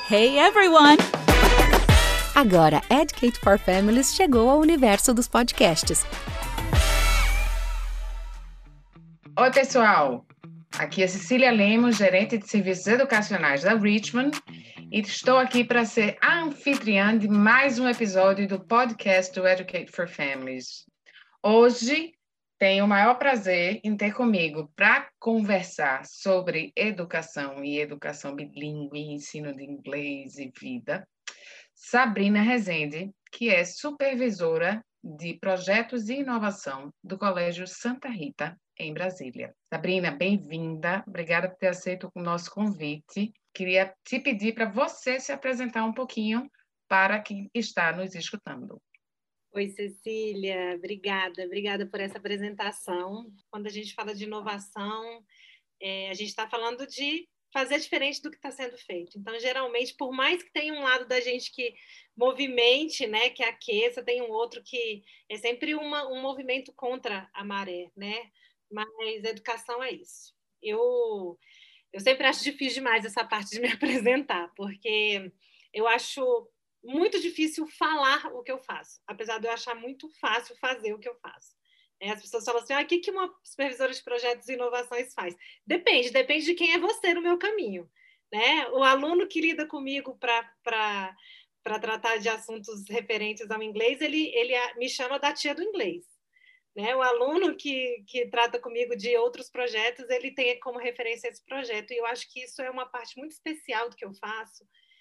Hey everyone! Agora, Educate for Families chegou ao universo dos podcasts. Oi, pessoal! Aqui é Cecília Lemos, gerente de serviços educacionais da Richmond, e estou aqui para ser a anfitriã de mais um episódio do podcast do Educate for Families. Hoje, tenho o maior prazer em ter comigo para conversar sobre educação e educação bilíngue, ensino de inglês e vida, Sabrina Rezende, que é supervisora de projetos e inovação do Colégio Santa Rita, em Brasília. Sabrina, bem-vinda. Obrigada por ter aceito o nosso convite. Queria te pedir para você se apresentar um pouquinho para quem está nos escutando. Oi, Cecília, obrigada por essa apresentação. Quando a gente fala de inovação, a gente está falando de fazer diferente do que está sendo feito. Então, geralmente, por mais que tenha um lado da gente que movimente, né, que aqueça, tem um outro que é sempre um movimento contra a maré, né? Mas a educação é isso. Eu sempre acho difícil demais essa parte de me apresentar, porque eu acho muito difícil falar o que eu faço, apesar de eu achar muito fácil fazer o que eu faço. As pessoas falam assim, o que uma supervisora de projetos e inovações faz? Depende de quem é você no meu caminho. Né? O aluno que lida comigo para tratar de assuntos referentes ao inglês, ele me chama da tia do inglês. Né? O aluno que trata comigo de outros projetos, ele tem como referência esse projeto. E eu acho que isso é uma parte muito especial do que eu faço,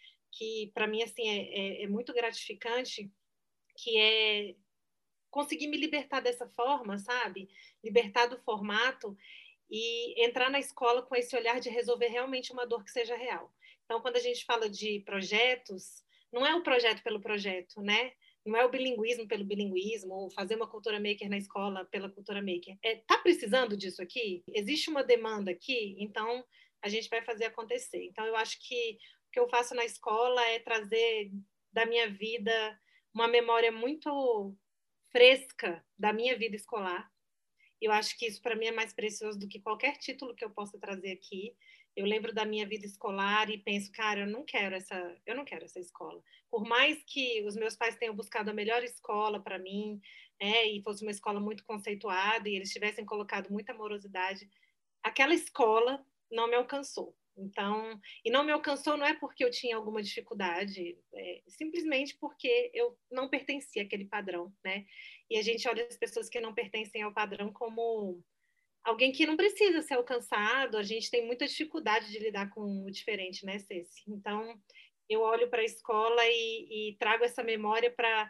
que para mim assim é muito gratificante, que é conseguir me libertar dessa forma, sabe? Libertar do formato e entrar na escola com esse olhar de resolver realmente uma dor que seja real. Então, quando a gente fala de projetos, não é o projeto pelo projeto, né? Não é o bilinguismo pelo bilinguismo, ou fazer uma cultura maker na escola pela cultura maker. Tá precisando disso aqui? Existe uma demanda aqui? Então, a gente vai fazer acontecer. Então, eu acho que o que eu faço na escola é trazer da minha vida uma memória muito fresca da minha vida escolar. Eu acho que isso para mim é mais precioso do que qualquer título que eu possa trazer aqui. Eu lembro da minha vida escolar e penso, cara, eu não quero essa escola. Por mais que os meus pais tenham buscado a melhor escola para mim, e fosse uma escola muito conceituada e eles tivessem colocado muita amorosidade, aquela escola não me alcançou. Então, e não me alcançou não é porque eu tinha alguma dificuldade, simplesmente porque eu não pertencia àquele padrão, né? E a gente olha as pessoas que não pertencem ao padrão como alguém que não precisa ser alcançado. A gente tem muita dificuldade de lidar com o diferente, né, Ceci? Então, eu olho para a escola e trago essa memória para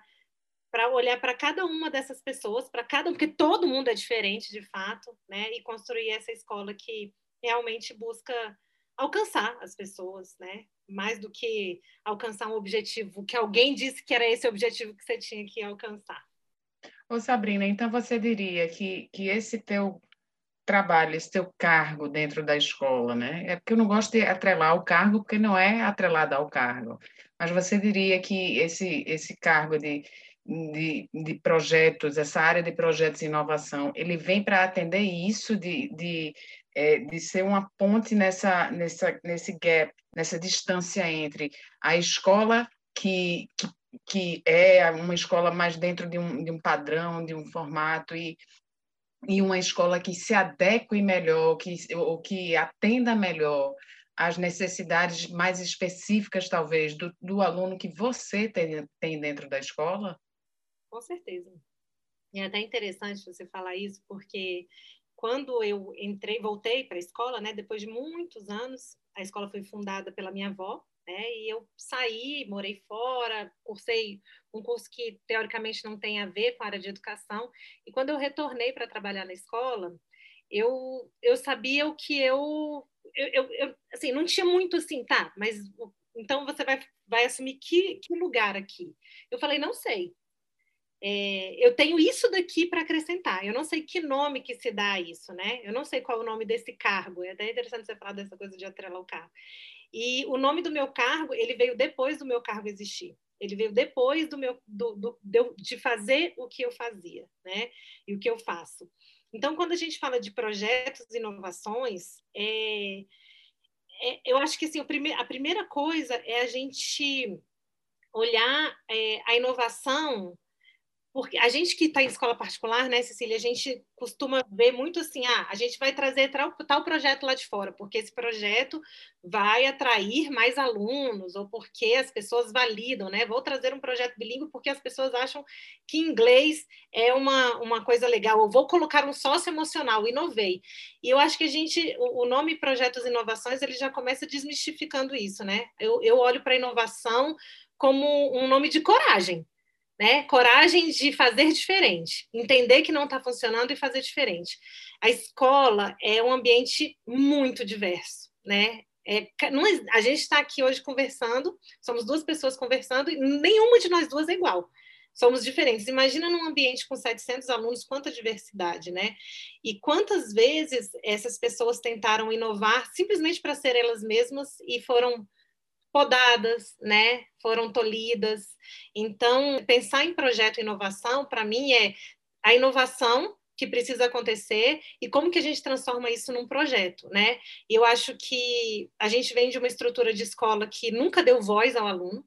olhar para cada uma dessas pessoas, porque todo mundo é diferente, de fato, né? E construir essa escola que realmente busca alcançar as pessoas, né? Mais do que alcançar um objetivo que alguém disse que era esse objetivo que você tinha que alcançar. Ô, Sabrina, então você diria que esse teu trabalho, esse teu cargo dentro da escola, né? É porque eu não gosto de atrelar o cargo, porque não é atrelado ao cargo. Mas você diria que esse cargo de projetos, essa área de projetos e inovação, ele vem para atender isso, de ser uma ponte nesse gap, nessa distância entre a escola que é uma escola mais dentro de um padrão, de um formato, e uma escola que se adeque melhor, ou que atenda melhor às necessidades mais específicas, talvez, do aluno que você tem dentro da escola? Com certeza. É até interessante você falar isso, porque quando eu voltei para a escola, né, depois de muitos anos, a escola foi fundada pela minha avó, né, e eu saí, morei fora, cursei um curso que teoricamente não tem a ver com a área de educação, e quando eu retornei para trabalhar na escola, eu sabia o que assim, não tinha muito assim, tá, mas então você vai assumir que lugar aqui? Eu falei, não sei. Eu tenho isso daqui para acrescentar. Eu não sei que nome que se dá a isso, né? Eu não sei qual é o nome desse cargo. É até interessante você falar dessa coisa de atrelar o cargo. E o nome do meu cargo, ele veio depois do meu cargo existir. Ele veio depois de fazer o que eu fazia, né? E o que eu faço. Então, quando a gente fala de projetos e inovações, eu acho que assim, a primeira coisa é a gente olhar a inovação. Porque a gente que está em escola particular, né, Cecília, a gente costuma ver muito assim, a gente vai trazer tal projeto lá de fora, porque esse projeto vai atrair mais alunos, ou porque as pessoas validam, né? Vou trazer um projeto bilíngue porque as pessoas acham que inglês é uma coisa legal, ou vou colocar um sócio emocional, inovei. E eu acho que o nome Projetos e Inovações, ele já começa desmistificando isso, né? Eu olho para a inovação como um nome de coragem, né? Coragem de fazer diferente, entender que não está funcionando e fazer diferente. A escola é um ambiente muito diverso, né? A gente está aqui hoje conversando, somos duas pessoas conversando e nenhuma de nós duas é igual. Somos diferentes. Imagina num ambiente com 700 alunos, quanta diversidade, né? E quantas vezes essas pessoas tentaram inovar simplesmente para ser elas mesmas e foram podadas, né? Foram tolhidas. Então, pensar em projeto e inovação, para mim, é a inovação que precisa acontecer e como que a gente transforma isso num projeto, né? E eu acho que a gente vem de uma estrutura de escola que nunca deu voz ao aluno.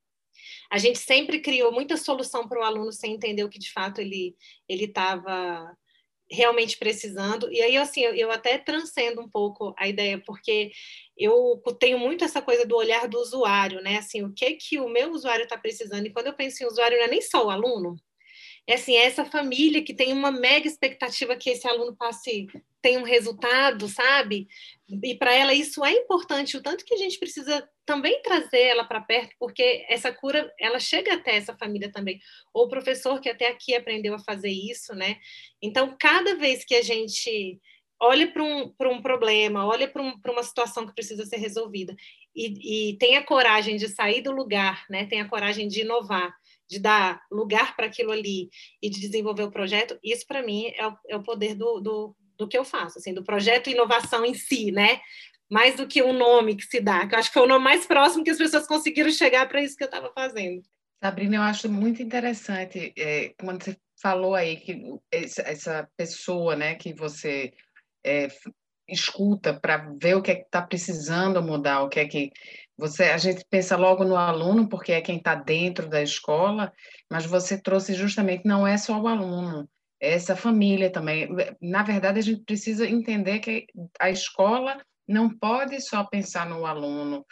A gente sempre criou muita solução para o aluno sem entender o que de fato ele estava realmente precisando. E aí, assim, eu até transcendo um pouco a ideia, porque eu tenho muito essa coisa do olhar do usuário, né? Assim, o que o meu usuário está precisando? E quando eu penso em usuário, não é nem só o aluno, é assim, é essa família que tem uma mega expectativa que esse aluno passe, tenha um resultado, sabe? E para ela isso é importante, o tanto que a gente precisa também trazer ela para perto, porque essa cura, ela chega até essa família também. Ou o professor que até aqui aprendeu a fazer isso, né? Então, cada vez que a gente olha para um problema, olha para uma situação que precisa ser resolvida e tem a coragem de sair do lugar, né? Tem a coragem de inovar, de dar lugar para aquilo ali e de desenvolver o projeto, isso para mim é o poder do que eu faço, assim, do projeto e inovação em si, né? Mais do que um nome que se dá, que eu acho que foi o nome mais próximo que as pessoas conseguiram chegar para isso que eu estava fazendo. Sabrina, eu acho muito interessante quando você falou aí que essa pessoa, né, que você é, escuta para ver o que é que está precisando mudar, o que é que a gente pensa logo no aluno, porque é quem está dentro da escola, mas você trouxe justamente, não é só o aluno, é essa família também. Na verdade, a gente precisa entender que a escola não pode só pensar no aluno,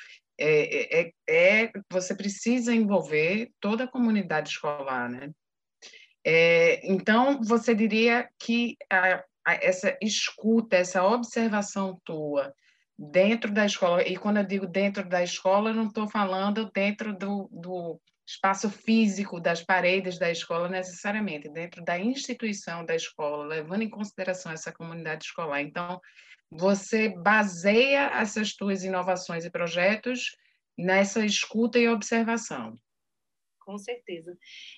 você precisa envolver toda a comunidade escolar, né? Então, você diria que essa escuta, essa observação tua dentro da escola, e quando eu digo dentro da escola, eu não estou falando dentro do espaço físico das paredes da escola necessariamente, dentro da instituição da escola, levando em consideração essa comunidade escolar. Então, você baseia essas tuas inovações e projetos nessa escuta e observação. Com certeza.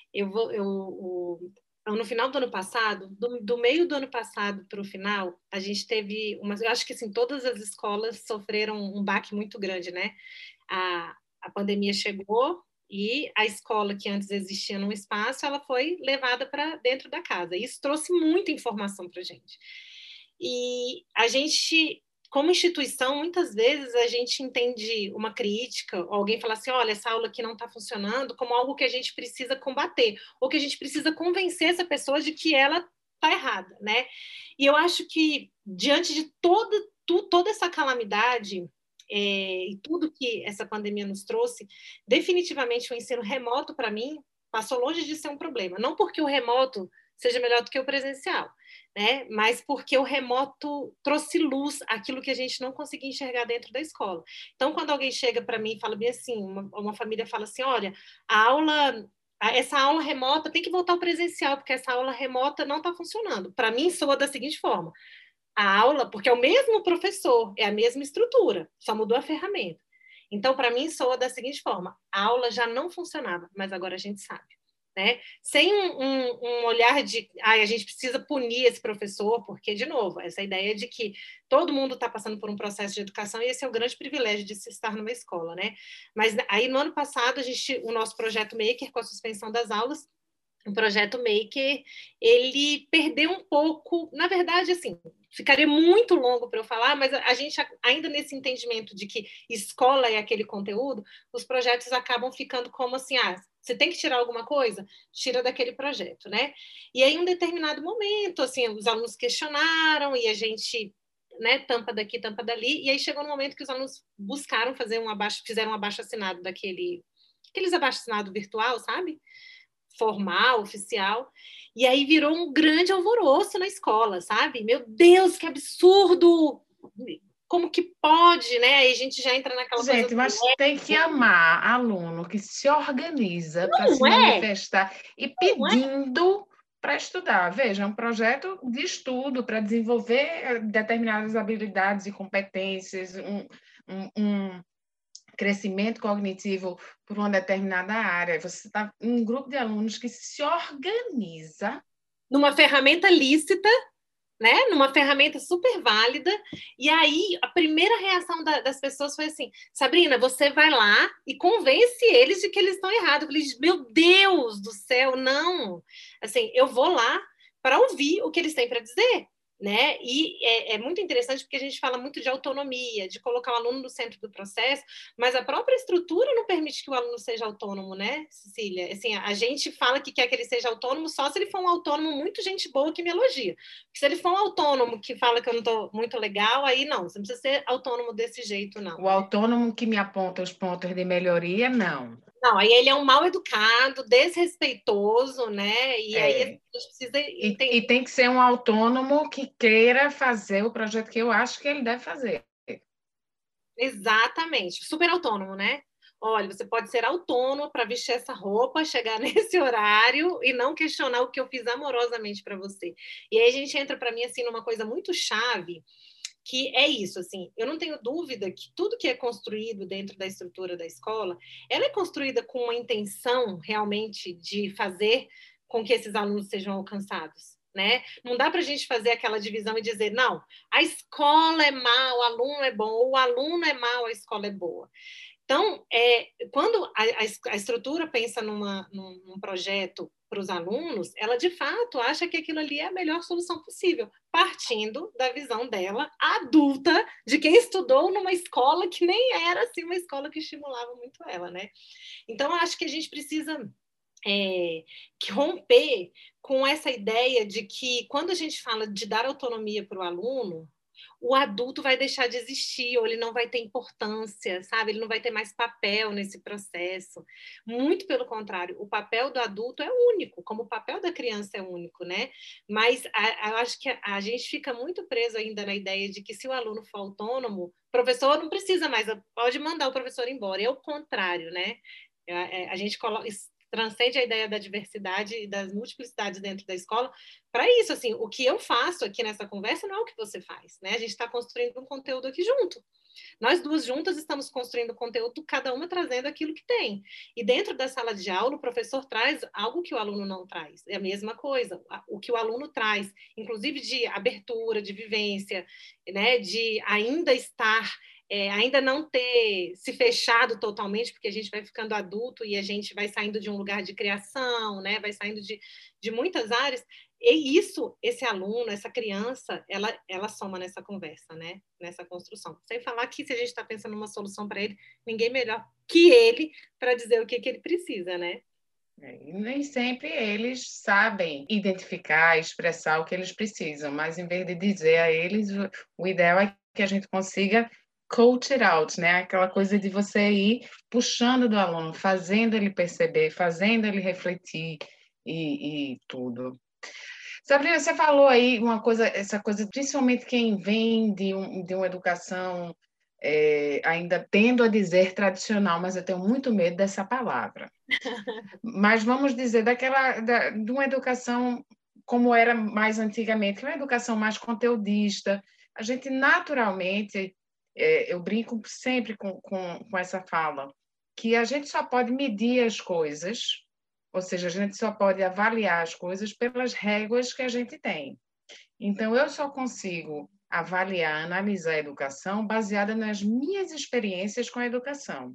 No final do ano passado, do meio do ano passado para o final, a gente teve eu acho que assim, todas as escolas sofreram um baque muito grande, né? A pandemia chegou e a escola que antes existia num espaço, ela foi levada para dentro da casa. Isso trouxe muita informação para a gente. E a gente, como instituição, muitas vezes a gente entende uma crítica, alguém fala assim, olha, essa aula aqui não está funcionando, como algo que a gente precisa combater, ou que a gente precisa convencer essa pessoa de que ela está errada, né? E eu acho que, diante de toda essa calamidade, e tudo que essa pandemia nos trouxe, definitivamente o ensino remoto, para mim, passou longe de ser um problema. Não porque o remoto seja melhor do que o presencial, né? Mas porque o remoto trouxe luz àquilo que a gente não conseguia enxergar dentro da escola. Então, quando alguém chega para mim e fala bem assim, uma família fala assim, olha, essa aula remota tem que voltar ao presencial, porque essa aula remota não está funcionando. Para mim, soa da seguinte forma, a aula, porque é o mesmo professor, é a mesma estrutura, só mudou a ferramenta. Então, para mim, soa da seguinte forma, a aula já não funcionava, mas agora a gente sabe. Né? Sem um olhar de a gente precisa punir esse professor, porque, de novo, essa ideia de que todo mundo está passando por um processo de educação e esse é o grande privilégio de se estar numa escola, né? Mas aí, no ano passado, o nosso projeto Maker, com a suspensão das aulas, o projeto Maker, ele perdeu um pouco, na verdade, assim, ficaria muito longo para eu falar, mas a gente ainda nesse entendimento de que escola é aquele conteúdo, os projetos acabam ficando como assim, você tem que tirar alguma coisa? Tira daquele projeto, né? E aí, em um determinado momento, assim, os alunos questionaram e a gente, né, tampa daqui, tampa dali, e aí chegou no momento que os alunos buscaram fazer fizeram um abaixo-assinado aqueles abaixo-assinado virtual, sabe? Formal, oficial, e aí virou um grande alvoroço na escola, sabe? Meu Deus, que absurdo! Como que pode, né? Aí a gente já entra naquela coisa Gente, mas tem que amar aluno que se organiza para se não é, manifestar e não é. pedindo para estudar. Veja, é um projeto de estudo para desenvolver determinadas habilidades e competências, um crescimento cognitivo por uma determinada área. Você está um grupo de alunos que se organiza. Numa ferramenta lícita, né? Numa ferramenta super válida. E aí, a primeira reação das pessoas foi assim: Sabrina, você vai lá e convence eles de que eles estão errados. Eu falei, meu Deus do céu, não! Assim, eu vou lá para ouvir o que eles têm para dizer. Né? E é muito interessante porque a gente fala muito de autonomia, de colocar o aluno no centro do processo, mas a própria estrutura não permite que o aluno seja autônomo, né, Cecília? Assim, a gente fala que quer que ele seja autônomo só se ele for um autônomo muito gente boa que me elogia. Porque se ele for um autônomo que fala que eu não estou muito legal, aí não, você não precisa ser autônomo desse jeito, não. O autônomo que me aponta os pontos de melhoria, não. Não, aí ele é um mal educado, desrespeitoso, né? E aí a gente precisa entender. E tem que ser um autônomo que queira fazer o projeto que eu acho que ele deve fazer. Exatamente, super autônomo, né? Olha, você pode ser autônomo para vestir essa roupa, chegar nesse horário e não questionar o que eu fiz amorosamente para você. E aí a gente entra para mim assim numa coisa muito chave, que é isso, assim, eu não tenho dúvida que tudo que é construído dentro da estrutura da escola, ela é construída com uma intenção realmente de fazer com que esses alunos sejam alcançados, né? Não dá para a gente fazer aquela divisão e dizer, não, a escola é má, o aluno é bom, ou o aluno é mau, a escola é boa. Então, quando a estrutura pensa num projeto para os alunos, ela de fato acha que aquilo ali é a melhor solução possível, partindo da visão dela, adulta, de quem estudou numa escola que nem era assim uma escola que estimulava muito ela, né? Então, acho que a gente precisa romper com essa ideia de que quando a gente fala de dar autonomia para o aluno, o adulto vai deixar de existir, ou ele não vai ter importância, sabe? Ele não vai ter mais papel nesse processo. Muito pelo contrário, o papel do adulto é único, como o papel da criança é único, né? Mas eu acho que a gente fica muito preso ainda na ideia de que se o aluno for autônomo, o professor não precisa mais, pode mandar o professor embora. É o contrário, né? A gente transcende a ideia da diversidade e das multiplicidades dentro da escola para isso, assim, o que eu faço aqui nessa conversa não é o que você faz, né? A gente está construindo um conteúdo aqui junto. Nós duas juntas estamos construindo conteúdo, cada uma trazendo aquilo que tem. E dentro da sala de aula, o professor traz algo que o aluno não traz. É a mesma coisa. O que o aluno traz, inclusive de abertura, de vivência, né? De ainda estar ainda não ter se fechado totalmente, porque a gente vai ficando adulto e a gente vai saindo de um lugar de criação, né? Vai saindo de muitas áreas. E isso, esse aluno, essa criança, ela soma nessa conversa, né? Nessa construção. Sem falar que se a gente está pensando numa solução para ele, ninguém melhor que ele para dizer o que ele precisa, né? E nem sempre eles sabem identificar, expressar o que eles precisam, mas em vez de dizer a eles, o ideal é que a gente consiga coach it out, né? Aquela coisa de você ir puxando do aluno, fazendo ele perceber, fazendo ele refletir e tudo. Sabrina, você falou aí uma coisa, essa coisa, principalmente quem vem de uma educação ainda tendo a dizer tradicional, mas eu tenho muito medo dessa palavra. Mas vamos dizer de uma educação como era mais antigamente, uma educação mais conteudista. A gente naturalmente, eu brinco sempre com essa fala, que a gente só pode medir as coisas, ou seja, a gente só pode avaliar as coisas pelas réguas que a gente tem. Então, eu só consigo avaliar, analisar a educação baseada nas minhas experiências com a educação.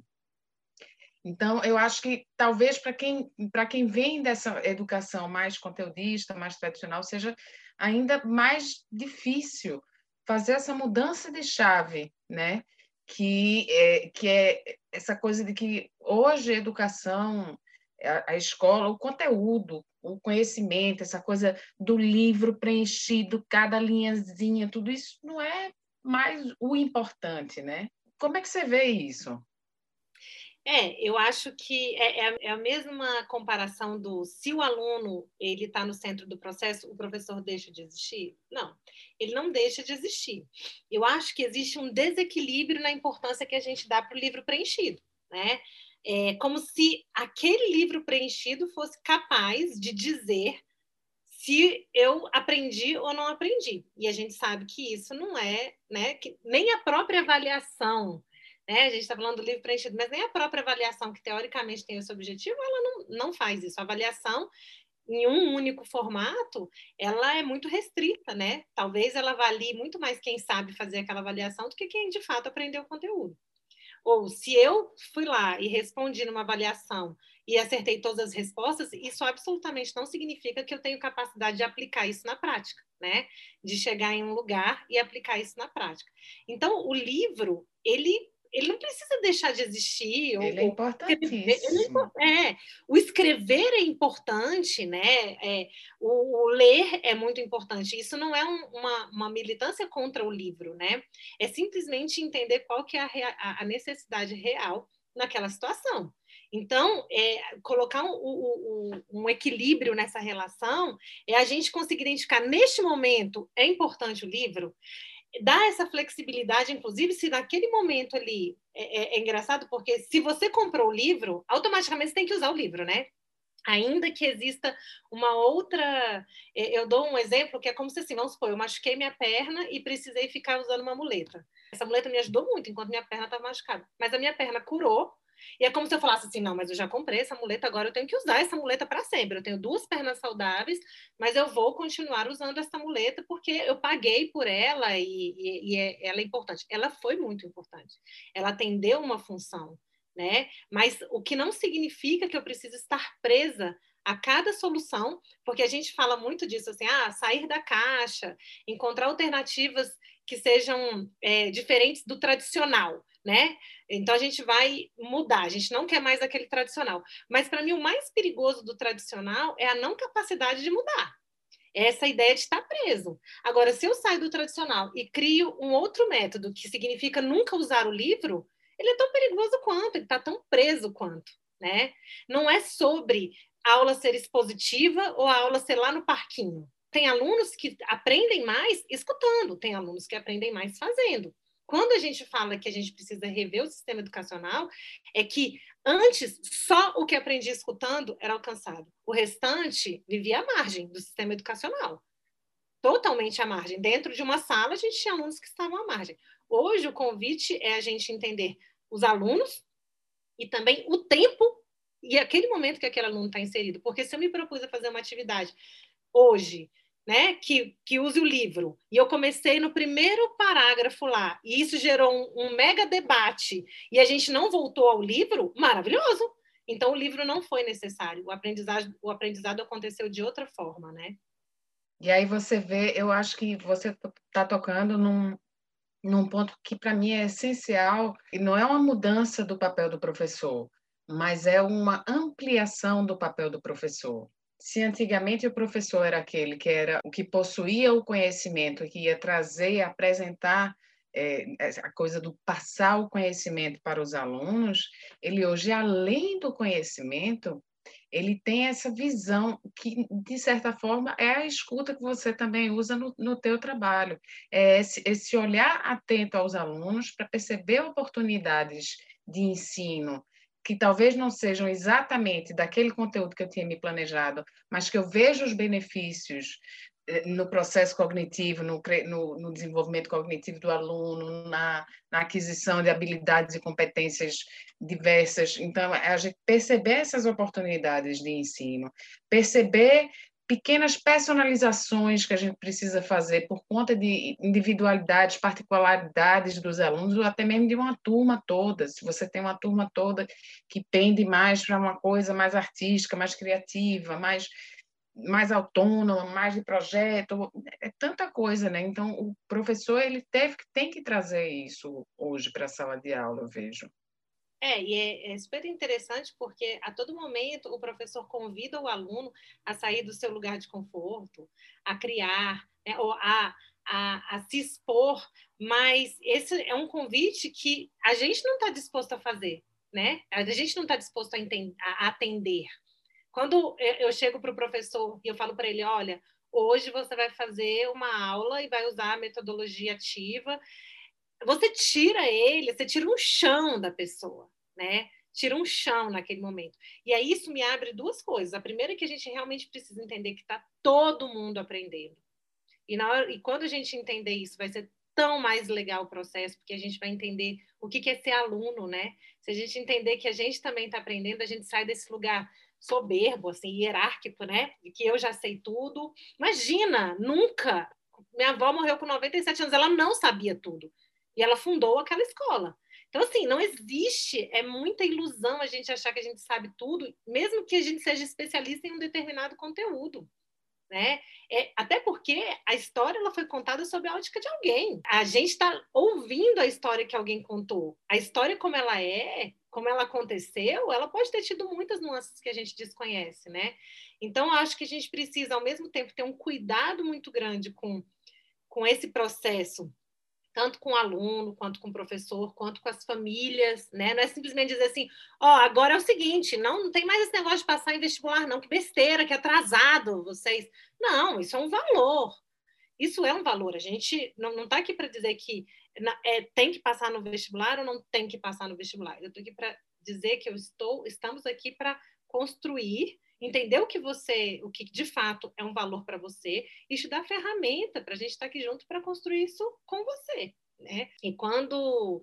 Então, eu acho que talvez para quem vem dessa educação mais conteudista, mais tradicional, seja ainda mais difícil fazer essa mudança de chave, né? Que é essa coisa de que hoje a educação, a escola, o conteúdo, o conhecimento, essa coisa do livro preenchido, cada linhazinha, tudo isso não é mais o importante, né? Como é que você vê isso? Eu acho que é a mesma comparação do se o aluno ele está no centro do processo, o professor deixa de existir? Não, ele não deixa de existir. Eu acho que existe um desequilíbrio na importância que a gente dá para o livro preenchido, né? É como se aquele livro preenchido fosse capaz de dizer se eu aprendi ou não aprendi. E a gente sabe que isso não é, né? Que nem a própria avaliação, né? A gente está falando do livro preenchido, mas nem a própria avaliação, que teoricamente tem esse objetivo, ela não faz isso. A avaliação, em um único formato, ela é muito restrita, né? Talvez ela avalie muito mais quem sabe fazer aquela avaliação do que quem de fato aprendeu o conteúdo. Ou se eu fui lá e respondi numa avaliação e acertei todas as respostas, isso absolutamente não significa que eu tenho capacidade de aplicar isso na prática, né? De chegar em um lugar e aplicar isso na prática. Então, o livro, ele não precisa deixar de existir. Ele é importantíssimo. O escrever é importante, né? O ler é muito importante. Isso não é uma militância contra o livro, né? É simplesmente entender qual que é a necessidade real naquela situação. Então, colocar um equilíbrio nessa relação é a gente conseguir identificar, neste momento, é importante o livro, dá essa flexibilidade, inclusive, se naquele momento ali é engraçado, porque se você comprou o livro, automaticamente você tem que usar o livro, né? Ainda que exista uma outra... Eu dou um exemplo que é como se, assim, vamos supor, eu machuquei minha perna e precisei ficar usando uma muleta. Essa muleta me ajudou muito enquanto minha perna estava machucada. Mas a minha perna curou, e é como se eu falasse assim, não, mas eu já comprei essa muleta, agora eu tenho que usar essa muleta para sempre. Eu tenho 2 pernas saudáveis, mas eu vou continuar usando essa muleta porque eu paguei por ela e ela é importante. Ela foi muito importante. Ela atendeu uma função, né? Mas o que não significa que eu preciso estar presa a cada solução, porque a gente fala muito disso, assim, sair da caixa, encontrar alternativas que sejam diferentes do tradicional, né? Então a gente vai mudar, a gente não quer mais aquele tradicional. Mas para mim o mais perigoso do tradicional é a não capacidade de mudar. É essa ideia de estar preso. Agora, se eu saio do tradicional e crio um outro método que significa nunca usar o livro, ele é tão perigoso quanto, ele está tão preso quanto, né? Não é sobre a aula ser expositiva ou a aula ser lá no parquinho. Tem alunos que aprendem mais escutando, tem alunos que aprendem mais fazendo. Quando a gente fala que a gente precisa rever o sistema educacional, é que antes só o que aprendia escutando era alcançado. O restante vivia à margem do sistema educacional. Totalmente à margem. Dentro de uma sala, a gente tinha alunos que estavam à margem. Hoje, o convite é a gente entender os alunos e também o tempo e aquele momento que aquele aluno está inserido. Porque se eu me propus a fazer uma atividade hoje, né, que use o livro, e eu comecei no primeiro parágrafo lá, e isso gerou um mega debate, e a gente não voltou ao livro, maravilhoso! Então, o livro não foi necessário, o aprendizado aconteceu de outra forma, né? E aí você vê, eu acho que você está tocando num ponto que para mim é essencial, e não é uma mudança do papel do professor, mas é uma ampliação do papel do professor. Se antigamente o professor era aquele que era o que possuía o conhecimento, que ia trazer e apresentar a coisa do passar o conhecimento para os alunos, ele hoje, além do conhecimento, ele tem essa visão que, de certa forma, é a escuta que você também usa no teu trabalho. É esse olhar atento aos alunos para perceber oportunidades de ensino que talvez não sejam exatamente daquele conteúdo que eu tinha me planejado, mas que eu vejo os benefícios no processo cognitivo, no desenvolvimento cognitivo do aluno, na aquisição de habilidades e competências diversas. Então, a gente perceber essas oportunidades de ensino, perceber pequenas personalizações que a gente precisa fazer por conta de individualidades, particularidades dos alunos, ou até mesmo de uma turma toda. Se você tem uma turma toda que pende mais para uma coisa mais artística, mais criativa, mais mais autônoma, mais de projeto, é tanta coisa, né? Então, o professor ele tem que trazer isso hoje para a sala de aula, eu vejo. E é super interessante porque a todo momento o professor convida o aluno a sair do seu lugar de conforto, a criar, né, ou a se expor, mas esse é um convite que a gente não está disposto a fazer, né? A gente não está disposto a atender. Quando eu chego para o professor e eu falo para ele, olha, hoje você vai fazer uma aula e vai usar a metodologia ativa, você tira um chão da pessoa, né? Tira um chão naquele momento. E aí isso me abre duas coisas. A primeira é que a gente realmente precisa entender que está todo mundo aprendendo. E quando a gente entender isso, vai ser tão mais legal o processo, porque a gente vai entender o que é ser aluno, né? Se a gente entender que a gente também está aprendendo, a gente sai desse lugar soberbo, assim, hierárquico, né? De que eu já sei tudo. Imagina, nunca. Minha avó morreu com 97 anos, ela não sabia tudo. E ela fundou aquela escola. Então, assim, não existe, é muita ilusão a gente achar que a gente sabe tudo, mesmo que a gente seja especialista em um determinado conteúdo. Né? Até porque a história ela foi contada sob a ótica de alguém. A gente está ouvindo a história que alguém contou. A história como ela é, como ela aconteceu, ela pode ter tido muitas nuances que a gente desconhece, né? Então, acho que a gente precisa, ao mesmo tempo, ter um cuidado muito grande com esse processo, tanto com o aluno, quanto com o professor, quanto com as famílias, né? Não é simplesmente dizer assim, agora é o seguinte, não tem mais esse negócio de passar em vestibular, não, que besteira, que atrasado vocês. Não, isso é um valor. Isso é um valor. A gente não está aqui para dizer que tem que passar no vestibular ou não tem que passar no vestibular. Eu estou aqui para dizer que estamos aqui para construir, entender o que de fato é um valor para você e te dar ferramenta para a gente estar aqui junto para construir isso com você, né? E quando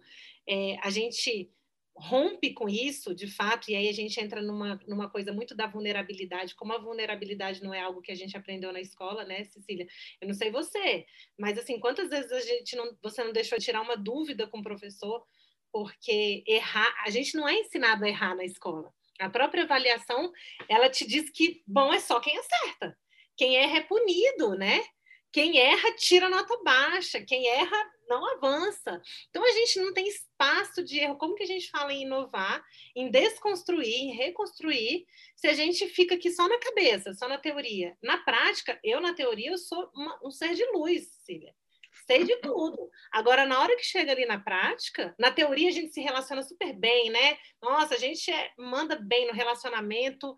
a gente rompe com isso, de fato, e aí a gente entra numa coisa muito da vulnerabilidade, como a vulnerabilidade não é algo que a gente aprendeu na escola, né, Cecília? Eu não sei você, mas assim, quantas vezes você não deixou de tirar uma dúvida com o professor, porque a gente não é ensinado a errar na escola. A própria avaliação, ela te diz que bom é só quem acerta. Quem erra é punido, né? Quem erra tira nota baixa, quem erra não avança. Então a gente não tem espaço de erro. Como que a gente fala em inovar, em desconstruir, em reconstruir, se a gente fica aqui só na cabeça, só na teoria? Na prática, na teoria, eu sou um ser de luz, Cecília. Sei de tudo. Agora, na hora que chega ali na prática, na teoria a gente se relaciona super bem, né? Nossa, a gente manda bem no relacionamento,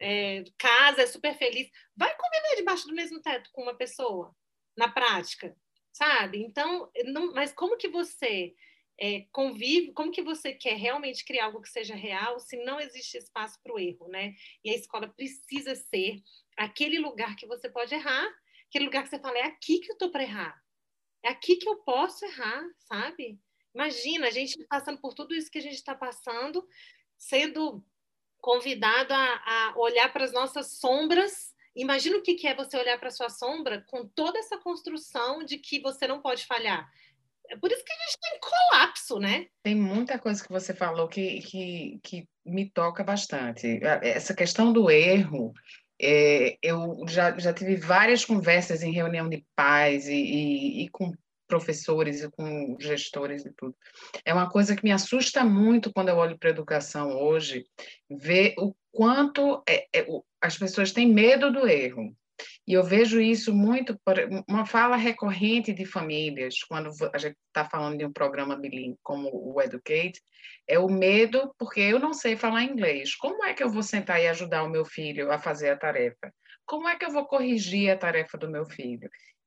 casa, é super feliz. Vai conviver debaixo do mesmo teto com uma pessoa, na prática, sabe? Então, mas como que você convive, como que você quer realmente criar algo que seja real se não existe espaço para o erro, né? E a escola precisa ser aquele lugar que você pode errar, aquele lugar que você fala, é aqui que eu estou para errar. É aqui que eu posso errar, sabe? Imagina, a gente passando por tudo isso que a gente está passando, sendo convidado a olhar para as nossas sombras. Imagina o que é você olhar para a sua sombra com toda essa construção de que você não pode falhar. É por isso que a gente está em colapso, né? Tem muita coisa que você falou que me toca bastante. Essa questão do erro, eu já tive várias conversas em reunião de pais e com professores e com gestores e tudo. É uma coisa que me assusta muito quando eu olho para a educação hoje, ver o quanto as pessoas têm medo do erro. E eu vejo isso muito, uma fala recorrente de famílias, quando a gente está falando de um programa bilíngue como o Educate, é o medo, porque eu não sei falar inglês. Como é que eu vou sentar e ajudar o meu filho a fazer a tarefa? Como é que eu vou corrigir a tarefa do meu filho?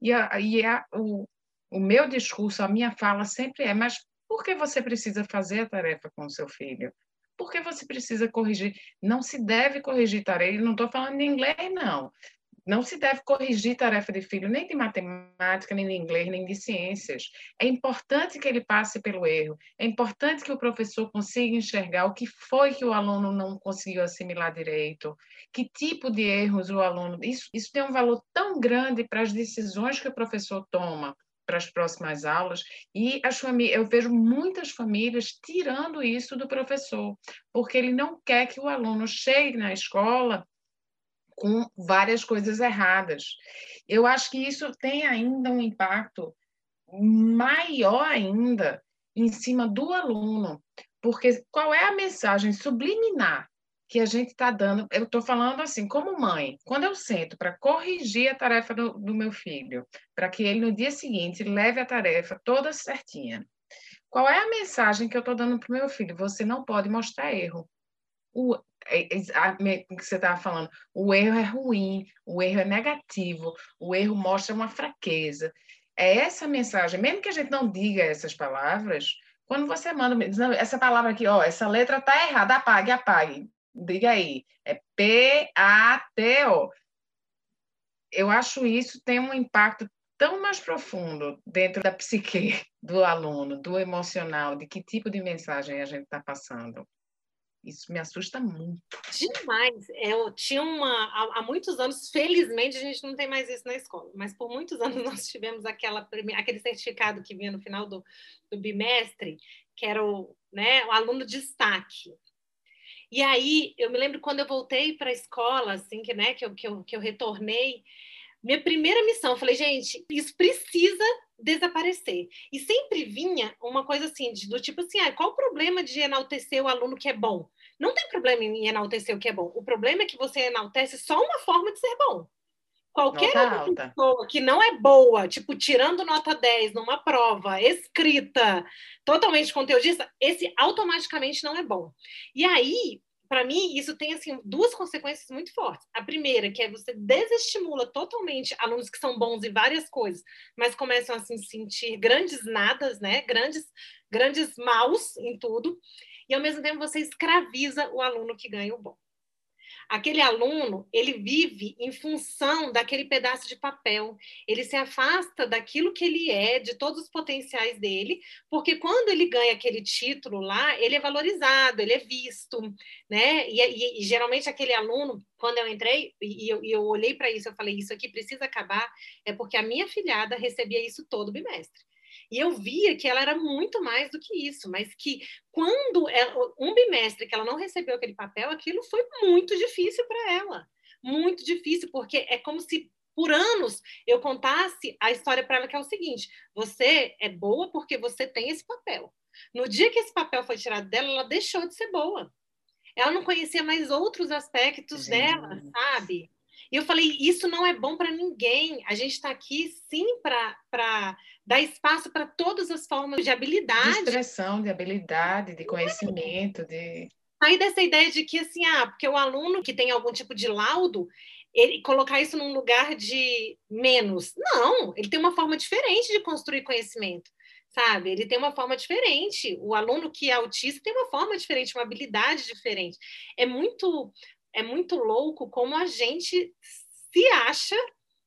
O meu discurso, a minha fala sempre mas por que você precisa fazer a tarefa com o seu filho? Por que você precisa corrigir? Não se deve corrigir tarefa, não estou falando de inglês, não. Não se deve corrigir tarefa de filho, nem de matemática, nem de inglês, nem de ciências. É importante que ele passe pelo erro. É importante que o professor consiga enxergar o que foi que o aluno não conseguiu assimilar direito, que tipo de erros o aluno... Isso tem um valor tão grande para as decisões que o professor toma para as próximas aulas, e eu vejo muitas famílias tirando isso do professor, porque ele não quer que o aluno chegue na escola com várias coisas erradas. Eu acho que isso tem ainda um impacto maior ainda em cima do aluno, porque qual é a mensagem subliminar que a gente está dando? Eu estou falando assim, como mãe, quando eu sento para corrigir a tarefa do meu filho, para que ele no dia seguinte leve a tarefa toda certinha, qual é a mensagem que eu estou dando para o meu filho? Você não pode mostrar erro. Que você estava falando, o erro é ruim, o erro é negativo, o erro mostra uma fraqueza. É essa mensagem, mesmo que a gente não diga essas palavras, quando você manda, essa palavra aqui, ó, essa letra está errada, apague, apague. Diga aí, é P-A-T-O. Eu acho isso tem um impacto tão mais profundo dentro da psique do aluno, do emocional, de que tipo de mensagem a gente está passando. Isso me assusta muito. Demais. Eu tinha há muitos anos, felizmente a gente não tem mais isso na escola, mas por muitos anos nós tivemos aquele certificado que vinha no final do bimestre, que era né, o aluno destaque. E aí, eu me lembro quando eu voltei para a escola, assim, que eu retornei, minha primeira missão, eu falei, gente, isso precisa desaparecer. E sempre vinha uma coisa assim, do tipo assim, qual o problema de enaltecer o aluno que é bom? Não tem problema em enaltecer o que é bom. O problema é que você enaltece só uma forma de ser bom. Qualquer outra pessoa que não é boa, tipo, tirando nota 10 numa prova escrita, totalmente conteudista, esse automaticamente não é bom. E aí, para mim, isso tem assim, duas consequências muito fortes. A primeira, que é você desestimula totalmente alunos que são bons em várias coisas, mas começam a se sentir grandes nadas, né? Grandes maus em tudo. E, ao mesmo tempo, você escraviza o aluno que ganha o bom. Aquele aluno, ele vive em função daquele pedaço de papel. Ele se afasta daquilo que ele é, de todos os potenciais dele, porque quando ele ganha aquele título lá, ele é valorizado, ele é visto, né? E geralmente aquele aluno, quando eu entrei e eu olhei para isso, eu falei, isso aqui precisa acabar, é porque a minha filhada recebia isso todo bimestre. E eu via que ela era muito mais do que isso, mas que quando um bimestre que ela não recebeu aquele papel, aquilo foi muito difícil para ela. Muito difícil, porque é como se por anos eu contasse a história para ela, que é o seguinte: você é boa porque você tem esse papel. No dia que esse papel foi tirado dela, ela deixou de ser boa. Ela não conhecia mais outros aspectos dela, sabe? E eu falei, isso não é bom para ninguém. A gente está aqui, sim, para dar espaço para todas as formas de habilidade. De expressão, de habilidade, de conhecimento, de... Aí dessa ideia de que, assim, porque o aluno que tem algum tipo de laudo, ele colocar isso num lugar de menos. Não, ele tem uma forma diferente de construir conhecimento, sabe? Ele tem uma forma diferente. O aluno que é autista tem uma forma diferente, uma habilidade diferente. É muito louco como a gente se acha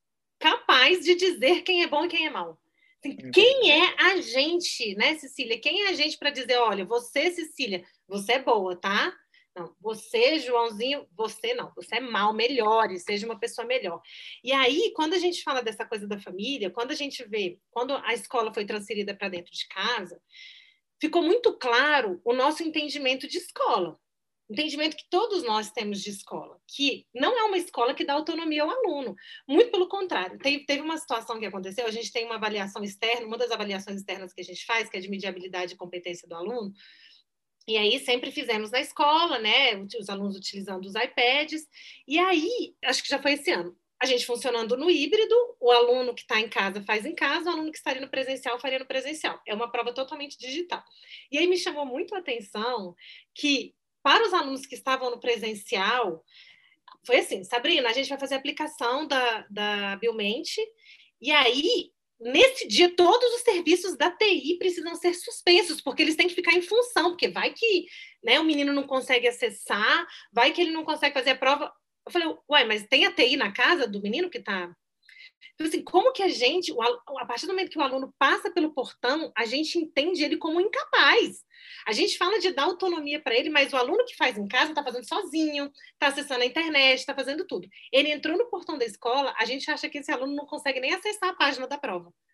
capaz de dizer quem é bom e quem é mau. Assim, quem é a gente, né, Cecília? Quem é a gente para dizer, olha, você, Cecília, você é boa, tá? Não, você, Joãozinho, você não, você é mal, melhore, seja uma pessoa melhor. E aí, quando a gente fala dessa coisa da família, quando a gente vê, quando a escola foi transferida para dentro de casa, ficou muito claro o nosso entendimento de escola. Entendimento que todos nós temos de escola, que não é uma escola que dá autonomia ao aluno, muito pelo contrário. Teve uma situação que aconteceu, a gente tem uma avaliação externa, uma das avaliações externas que a gente faz, que é de medir a habilidade e competência do aluno, e aí sempre fizemos na escola, né, os alunos utilizando os iPads, e aí, acho que já foi esse ano, a gente funcionando no híbrido, o aluno que está em casa faz em casa, o aluno que estaria no presencial faria no presencial. É uma prova totalmente digital. E aí me chamou muito a atenção que para os alunos que estavam no presencial, foi assim, Sabrina, a gente vai fazer a aplicação da Biomente, e aí, nesse dia, todos os serviços da TI precisam ser suspensos, porque eles têm que ficar em função, porque vai que, né, o menino não consegue acessar, vai que ele não consegue fazer a prova. Eu falei, ué, mas tem a TI na casa do menino que está... Então, assim, como que a gente, a partir do momento que o aluno passa pelo portão, a gente entende ele como incapaz. A gente fala de dar autonomia para ele, mas o aluno que faz em casa está fazendo sozinho, está acessando a internet, está fazendo tudo. Ele entrou no portão da escola, a gente acha que esse aluno não consegue nem acessar a página da prova.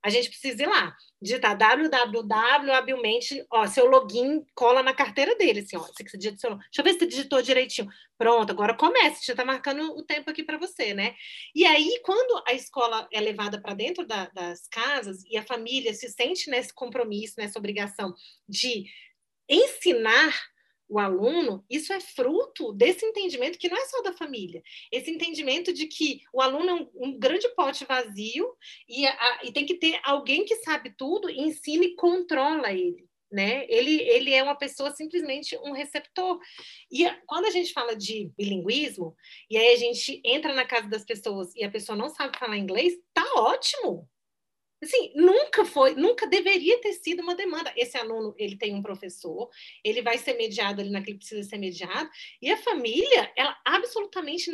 A gente precisa ir lá, digitar www, habilmente, ó, seu login cola na carteira dele, assim, ó, você digita seu, deixa eu ver se você digitou direitinho. Pronto, agora comece, já está marcando o tempo aqui para você, né? E aí, quando a escola é levada para dentro das casas e a família se sente nesse compromisso, nessa obrigação de ensinar o aluno, isso é fruto desse entendimento que não é só da família, esse entendimento de que o aluno é um grande pote vazio e tem que ter alguém que sabe tudo, ensina e controla ele. Né? Ele é uma pessoa simplesmente um receptor. E quando a gente fala de bilinguismo, e aí a gente entra na casa das pessoas e a pessoa não sabe falar inglês, tá ótimo. Assim, nunca deveria ter sido uma demanda. Esse aluno, ele tem um professor, ele vai ser mediado ali naquele que precisa ser mediado, e a família, ela absolutamente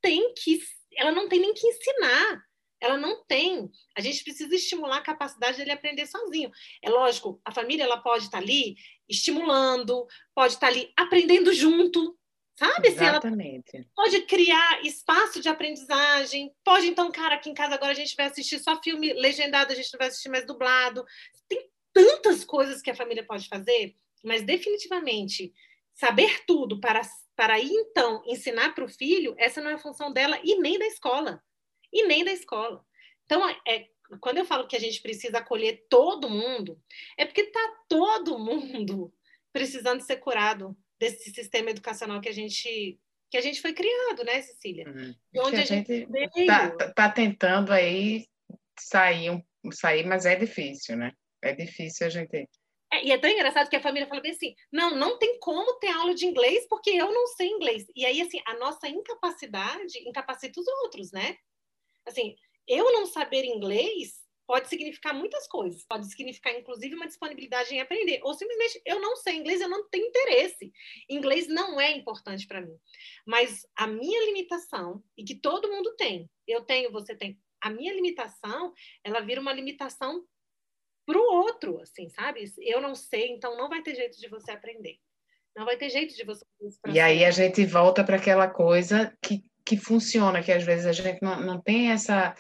ela não tem nem que ensinar. Ela não tem. A gente precisa estimular a capacidade dele aprender sozinho. É lógico, a família ela pode estar ali estimulando, pode estar ali aprendendo junto, sabe? Exatamente. Ela pode criar espaço de aprendizagem, pode, então, cara, aqui em casa agora a gente vai assistir só filme legendado, a gente não vai assistir mais dublado. Tem tantas coisas que a família pode fazer, mas definitivamente saber tudo para ir, então, ensinar para o filho, essa não é a função dela e nem da escola. E nem da escola. Então, quando eu falo que a gente precisa acolher todo mundo, é porque está todo mundo precisando ser curado desse sistema educacional que a gente foi criado, né, Cecília? De onde a gente tá tentando aí sair, mas é difícil, né? É difícil a gente... E é tão engraçado que a família fala bem assim, não tem como ter aula de inglês porque eu não sei inglês. E aí, assim, a nossa incapacidade incapacita os outros, né? Assim, eu não saber inglês pode significar muitas coisas. Pode significar, inclusive, uma disponibilidade em aprender. Ou simplesmente, eu não sei inglês, eu não tenho interesse. Inglês não é importante para mim. Mas a minha limitação, e que todo mundo tem, eu tenho, você tem, a minha limitação, ela vira uma limitação para o outro, assim, sabe? Eu não sei, então não vai ter jeito de você aprender. Não vai ter jeito de você... E aí a gente volta para aquela coisa que funciona, que às vezes a gente não tem essa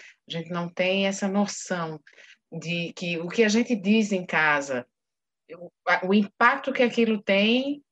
noção de que o que a gente diz em casa, o impacto que aquilo tem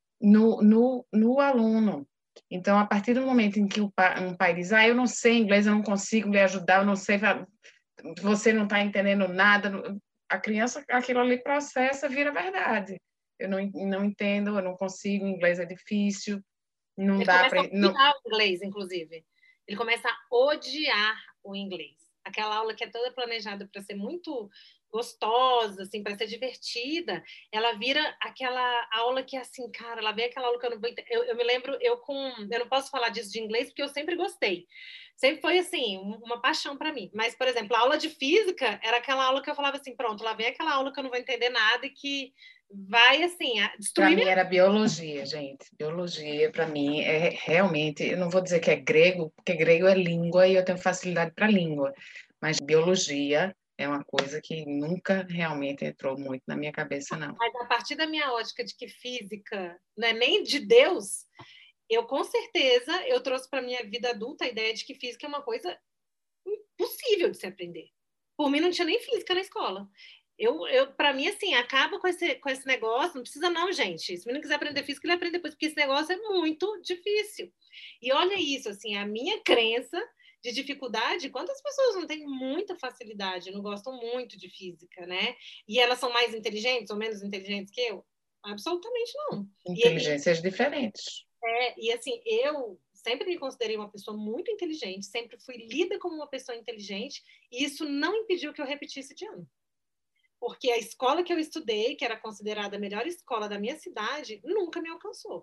no aluno. Então, a partir do momento em que um pai diz, eu não sei inglês, eu não consigo lhe ajudar, eu não sei, você não está entendendo nada, a criança, aquilo ali processa, vira verdade. Eu não entendo, eu não consigo, inglês é difícil, não ele dá para... Ele começa a odiar o inglês, inclusive. Ele começa a odiar o inglês. Aquela aula que é toda planejada para ser muito gostosa, assim, para ser divertida, ela vira aquela aula que é assim, cara, ela vem aquela aula que eu não vou... Eu me lembro, eu não posso falar disso de inglês porque eu sempre gostei. Sempre foi, assim, uma paixão para mim. Mas, por exemplo, a aula de física era aquela aula que eu falava assim, pronto, lá vem aquela aula que eu não vou entender nada e que vai, assim, destruir... Para mim era biologia, gente. Biologia, para mim, é realmente... Eu não vou dizer que é grego, porque grego é língua e eu tenho facilidade para língua. Mas biologia é uma coisa que nunca realmente entrou muito na minha cabeça, não. Mas a partir da minha ótica de que física não é nem de Deus, eu com certeza eu trouxe para minha vida adulta a ideia de que física é uma coisa impossível de se aprender. Por mim não tinha nem física na escola. Para mim, assim, acaba com esse negócio, não precisa não, gente. Se o menino quiser aprender física, ele aprende depois, porque esse negócio é muito difícil. E olha isso, assim, a minha crença de dificuldade, quantas pessoas não têm muita facilidade, não gostam muito de física, né? E elas são mais inteligentes ou menos inteligentes que eu? Absolutamente não. Inteligências diferentes. E assim, eu sempre me considerei uma pessoa muito inteligente, sempre fui lida como uma pessoa inteligente, e isso não impediu que eu repetisse de ano. Porque a escola que eu estudei, que era considerada a melhor escola da minha cidade, nunca me alcançou.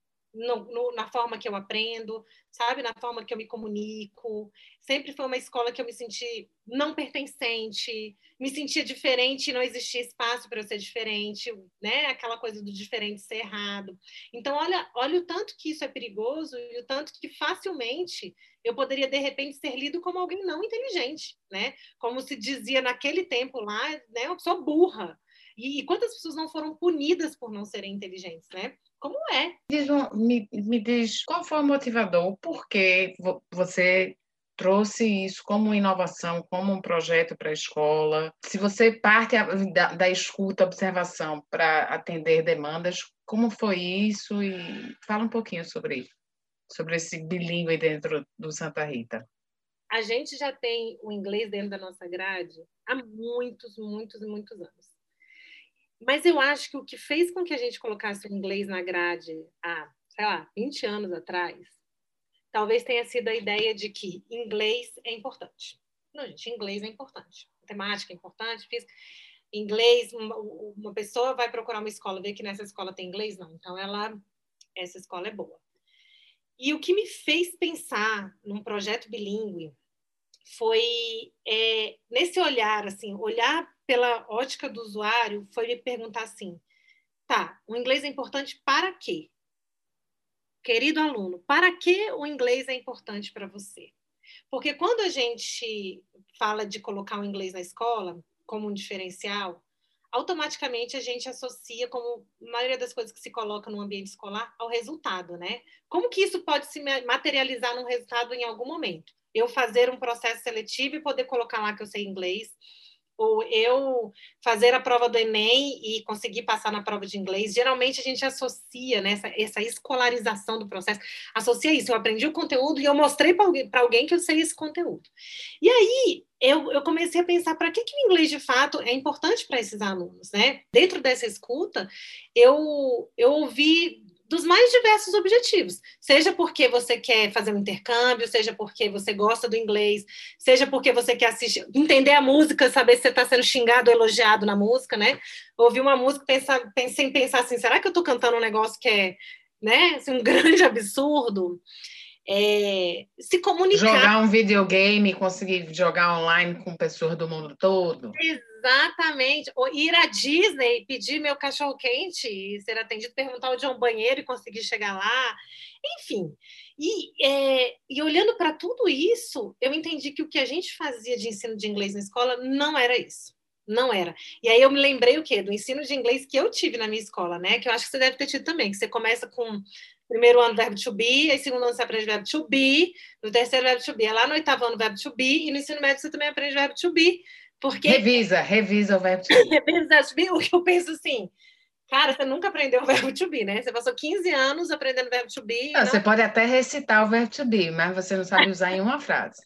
Na forma que eu aprendo, sabe? Na forma que eu me comunico. Sempre foi uma escola que eu me senti não pertencente, me sentia diferente e não existia espaço para eu ser diferente, né? Aquela coisa do diferente ser errado. Então, olha o tanto que isso é perigoso e o tanto que facilmente eu poderia, de repente, ser lido como alguém não inteligente, né? Como se dizia naquele tempo lá, né? Uma pessoa burra. E quantas pessoas não foram punidas por não serem inteligentes, né? Como é? Me diz qual foi o motivador, por que você trouxe isso como uma inovação, como um projeto para a escola. Se você parte da escuta, observação para atender demandas, como foi isso? E fala um pouquinho sobre esse bilíngue dentro do Santa Rita. A gente já tem o inglês dentro da nossa grade há muitos, muitos e muitos anos. Mas eu acho que o que fez com que a gente colocasse o inglês na grade há, sei lá, 20 anos atrás, talvez tenha sido a ideia de que inglês é importante. Não, gente, inglês é importante. Matemática é importante, física. Inglês, uma pessoa vai procurar uma escola, ver que nessa escola tem inglês? Não. Então, essa escola é boa. E o que me fez pensar num projeto bilíngue foi nesse olhar, assim, olhar pela ótica do usuário, foi me perguntar assim, tá, o inglês é importante para quê? Querido aluno, para que o inglês é importante para você? Porque quando a gente fala de colocar o inglês na escola como um diferencial, automaticamente a gente associa, como a maioria das coisas que se coloca no ambiente escolar, ao resultado, né? Como que isso pode se materializar num resultado em algum momento? Eu fazer um processo seletivo e poder colocar lá que eu sei inglês, ou eu fazer a prova do Enem e conseguir passar na prova de inglês. Geralmente a gente associa, né, essa escolarização do processo, associa isso. Eu aprendi o conteúdo e eu mostrei para alguém que eu sei esse conteúdo. E aí eu comecei a pensar para que o inglês de fato é importante para esses alunos, né? Dentro dessa escuta, eu ouvi dos mais diversos objetivos, seja porque você quer fazer um intercâmbio, seja porque você gosta do inglês, seja porque você quer assistir, entender a música, saber se você está sendo xingado ou elogiado na música, né? Ouvir uma música, pensei em pensar assim, será que eu estou cantando um negócio que é, né, assim, um grande absurdo? Se comunicar. Jogar um videogame, conseguir jogar online com pessoas do mundo todo. Exatamente. Ou ir à Disney, pedir meu cachorro-quente e ser atendido, perguntar onde é um banheiro e conseguir chegar lá. Enfim. E olhando para tudo isso, eu entendi que o que a gente fazia de ensino de inglês na escola não era isso. Não era. E aí eu me lembrei o quê? Do ensino de inglês que eu tive na minha escola, né? Que eu acho que você deve ter tido também, que você começa com primeiro ano verbo to be, aí segundo ano você aprende verbo to be, no terceiro verbo to be, é lá no oitavo ano verbo to be, e no ensino médio você também aprende verbo to be, porque... Revisa o verbo to be. Revisa o verbo to be, o que eu penso assim, cara, você nunca aprendeu o verbo to be, né? Você passou 15 anos aprendendo o verbo to be. Não, você pode até recitar o verbo to be, mas você não sabe usar em uma frase.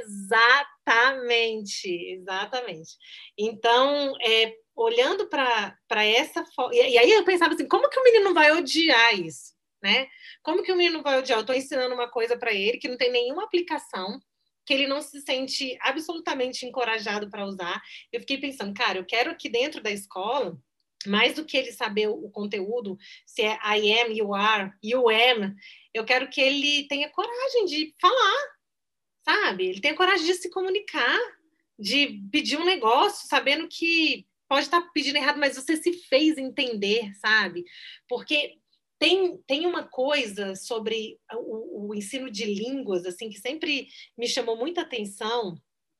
Exatamente, exatamente. Então, olhando para essa... E aí eu pensava assim, como que o menino vai odiar isso? Né? Como que o menino vai odiar? Eu estou ensinando uma coisa para ele que não tem nenhuma aplicação, que ele não se sente absolutamente encorajado para usar. Eu fiquei pensando, cara, eu quero que dentro da escola, mais do que ele saber o conteúdo, se é I am, you are, you am, eu quero que ele tenha coragem de falar, sabe? Ele tenha coragem de se comunicar, de pedir um negócio, sabendo que pode estar pedindo errado, mas você se fez entender, sabe? Porque tem uma coisa sobre o ensino de línguas, assim, que sempre me chamou muita atenção,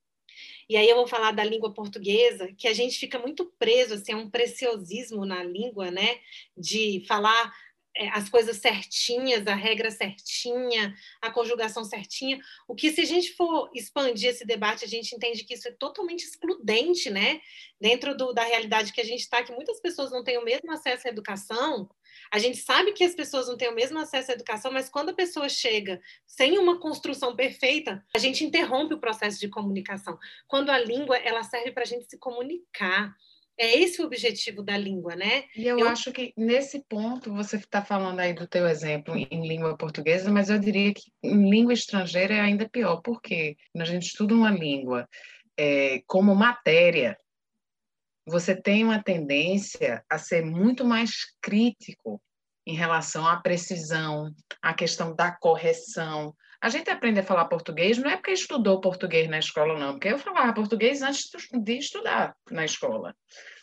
e aí eu vou falar da língua portuguesa, que a gente fica muito preso, assim, a um preciosismo na língua, né? De falar as coisas certinhas, a regra certinha, a conjugação certinha. O que, se a gente for expandir esse debate, a gente entende que isso é totalmente excludente, né? Dentro da realidade que a gente está, que muitas pessoas não têm o mesmo acesso à educação. A gente sabe que as pessoas não têm o mesmo acesso à educação, mas quando a pessoa chega sem uma construção perfeita, a gente interrompe o processo de comunicação. Quando a língua, ela serve para a gente se comunicar. É esse o objetivo da língua, né? E eu acho que nesse ponto você está falando aí do teu exemplo em língua portuguesa, mas eu diria que em língua estrangeira é ainda pior, porque quando a gente estuda uma língua como matéria, você tem uma tendência a ser muito mais crítico em relação à precisão, à questão da correção. A gente aprende a falar português não é porque estudou português na escola, não, porque eu falava português antes de estudar na escola.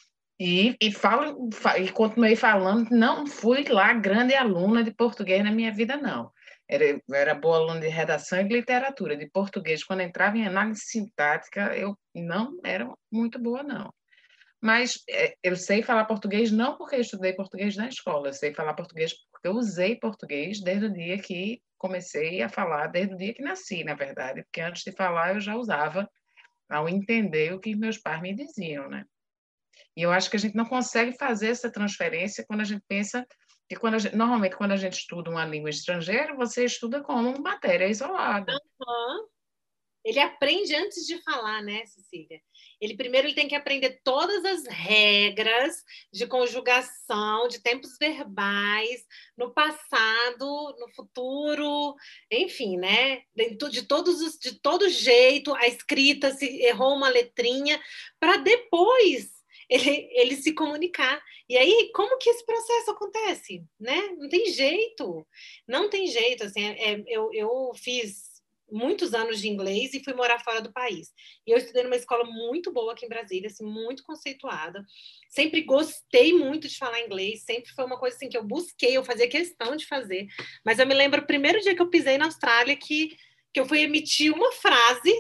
E continuei falando, não fui lá grande aluna de português na minha vida, não. Era boa aluna de redação e de literatura. De português, quando entrava em análise sintática, eu não era muito boa, não. Mas eu sei falar português não porque eu estudei português na escola, eu sei falar português porque eu usei português desde o dia que comecei a falar desde o dia que nasci, na verdade, porque antes de falar eu já usava ao entender o que meus pais me diziam, né? E eu acho que a gente não consegue fazer essa transferência quando a gente pensa que normalmente quando a gente estuda uma língua estrangeira, você estuda como matéria isolada. Uhum. Ele aprende antes de falar, né, Cecília? Ele tem que aprender todas as regras de conjugação, de tempos verbais, no passado, no futuro, enfim, né? De todo jeito, a escrita, se errou uma letrinha, para depois ele se comunicar. E aí, como que esse processo acontece? Né? Não tem jeito. Não tem jeito. Assim, eu fiz muitos anos de inglês e fui morar fora do país. E eu estudei numa escola muito boa aqui em Brasília, assim, muito conceituada. Sempre gostei muito de falar inglês, sempre foi uma coisa assim que eu busquei, eu fazia questão de fazer. Mas eu me lembro o primeiro dia que eu pisei na Austrália que eu fui emitir uma frase,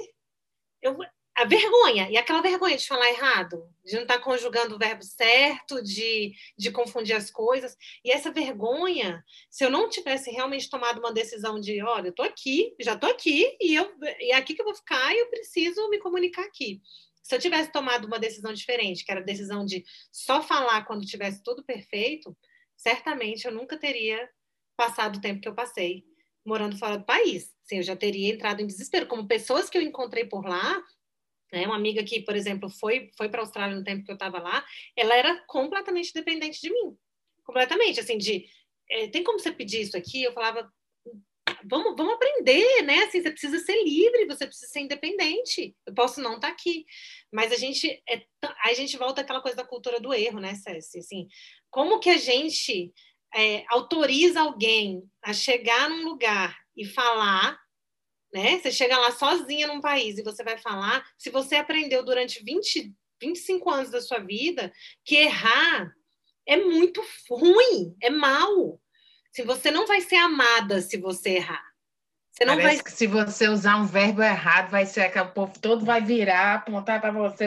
a vergonha, e aquela vergonha de falar errado, de não estar conjugando o verbo certo, de confundir as coisas. E essa vergonha, se eu não tivesse realmente tomado uma decisão de, olha, eu estou aqui, já estou aqui, e é aqui que eu vou ficar e eu preciso me comunicar aqui. Se eu tivesse tomado uma decisão diferente, que era a decisão de só falar quando tivesse tudo perfeito, certamente eu nunca teria passado o tempo que eu passei morando fora do país. Assim, eu já teria entrado em desespero. Como pessoas que eu encontrei por lá, né? Uma amiga que, por exemplo, foi para a Austrália no tempo que eu estava lá, ela era completamente dependente de mim. Completamente, assim, tem como você pedir isso aqui? Eu falava, vamos aprender, né? Assim, você precisa ser livre, você precisa ser independente. Eu posso não estar aqui. Mas a gente volta àquela coisa da cultura do erro, né, Cécia? Assim, como que a gente autoriza alguém a chegar num lugar e falar, né? Você chega lá sozinha num país e você vai falar, se você aprendeu durante 25 anos da sua vida que errar é muito ruim, é mal. Se você não vai ser amada se você errar. Você não Parece vai... que se você usar um verbo errado, vai ser que o povo todo vai virar, apontar para você.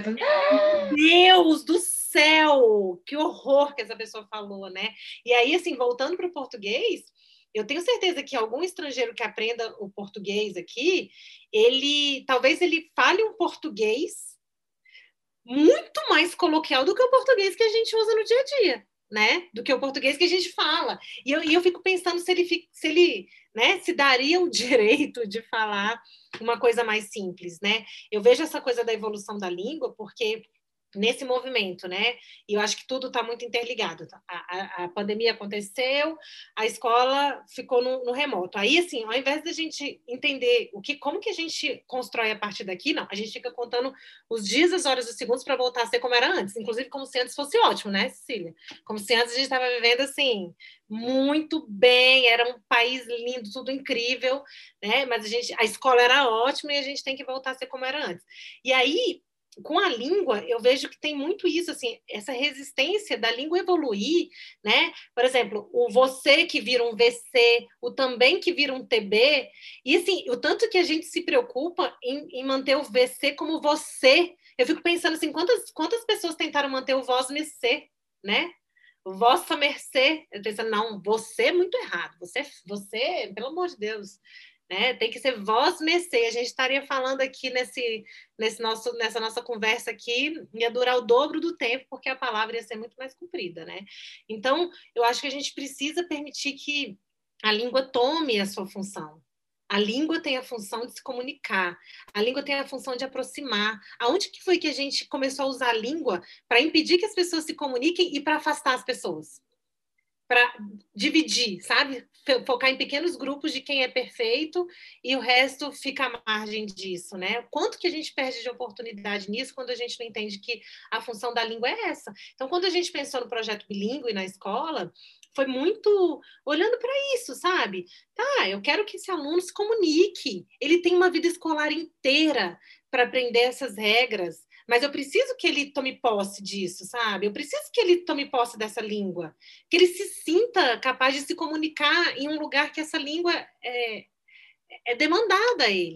Deus do céu! Que horror que essa pessoa falou, né? E aí, assim, voltando para o português, eu tenho certeza que algum estrangeiro que aprenda o português aqui, talvez ele fale um português muito mais coloquial do que o português que a gente usa no dia a dia, né? Do que o português que a gente fala. E eu fico pensando se ele né, se daria o direito de falar uma coisa mais simples, né? Eu vejo essa coisa da evolução da língua porque nesse movimento, né? E eu acho que tudo está muito interligado. A pandemia aconteceu, a escola ficou no remoto. Aí, assim, ao invés da gente entender como que a gente constrói a partir daqui, não, a gente fica contando os dias, as horas, os segundos para voltar a ser como era antes, inclusive como se antes fosse ótimo, né, Cecília? Como se antes a gente estava vivendo assim muito bem, era um país lindo, tudo incrível, né? Mas a escola era ótima e a gente tem que voltar a ser como era antes. E aí com a língua, eu vejo que tem muito isso, assim, essa resistência da língua evoluir, né? Por exemplo, o você que vira um VC, o também que vira um TB, e assim, o tanto que a gente se preocupa em manter o VC como você. Eu fico pensando assim, quantas pessoas tentaram manter o vós mercê, né? Vossa mercê. Eu pensando, não, você é muito errado, você, pelo amor de Deus, né? Tem que ser vós mercê. A gente estaria falando aqui nessa nossa conversa aqui, ia durar o dobro do tempo, porque a palavra ia ser muito mais comprida, né? Então, eu acho que a gente precisa permitir que a língua tome a sua função. A língua tem a função de se comunicar, a língua tem a função de aproximar. Aonde que foi que a gente começou a usar a língua para impedir que as pessoas se comuniquem e para afastar as pessoas? Para dividir, sabe? Focar em pequenos grupos de quem é perfeito e o resto fica à margem disso, né? Quanto que a gente perde de oportunidade nisso quando a gente não entende que a função da língua é essa? Então, quando a gente pensou no projeto bilíngue na escola, foi muito olhando para isso, sabe? Tá, eu quero que esse aluno se comunique. Ele tem uma vida escolar inteira para aprender essas regras. Mas eu preciso que ele tome posse disso, sabe? Eu preciso que ele tome posse dessa língua, que ele se sinta capaz de se comunicar em um lugar que essa língua é demandada a ele,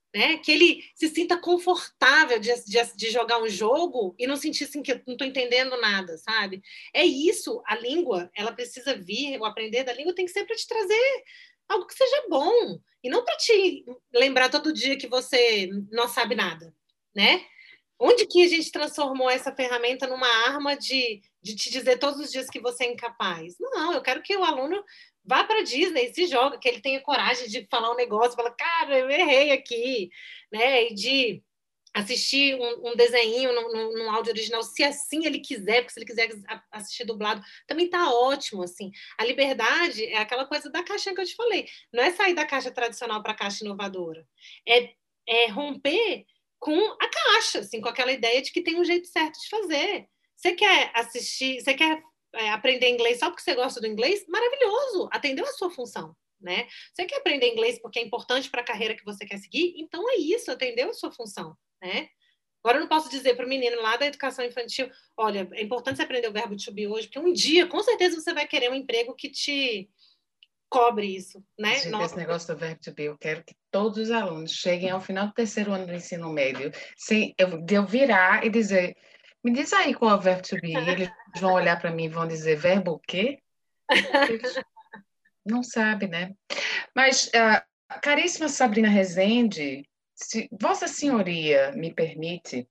né? Que ele se sinta confortável de jogar um jogo e não sentir assim que eu não estou entendendo nada, sabe? É isso, a língua, ela precisa vir, o aprender da língua tem que ser para te trazer algo que seja bom, e não para te lembrar todo dia que você não sabe nada, né? Onde que a gente transformou essa ferramenta numa arma de te dizer todos os dias que você é incapaz? Não, eu quero que o aluno vá para a Disney, se joga, que ele tenha coragem de falar um negócio, falar, cara, eu errei aqui, né? E de assistir um desenho num áudio original, se assim ele quiser, porque se ele quiser assistir dublado, também tá ótimo, assim. A liberdade é aquela coisa da caixinha que eu te falei. Não é sair da caixa tradicional para a caixa inovadora. É romper com a caixa, assim, com aquela ideia de que tem um jeito certo de fazer. Você quer assistir, você quer aprender inglês só porque você gosta do inglês? Maravilhoso, atendeu a sua função. Né? Você quer aprender inglês porque é importante para a carreira que você quer seguir? Então é isso, atendeu a sua função. Né? Agora eu não posso dizer para o menino lá da educação infantil, olha, é importante você aprender o verbo to be hoje, porque um dia, com certeza, você vai querer um emprego que te cobre isso, né? Gente, esse negócio do verbo to be, eu quero que todos os alunos cheguem ao final do terceiro ano do ensino médio, de eu virar e dizer, me diz aí qual é o verbo to be, e eles vão olhar para mim e vão dizer, verbo o quê? Eles não sabem, né? Mas, caríssima Sabrina Rezende, se Vossa Senhoria me permite,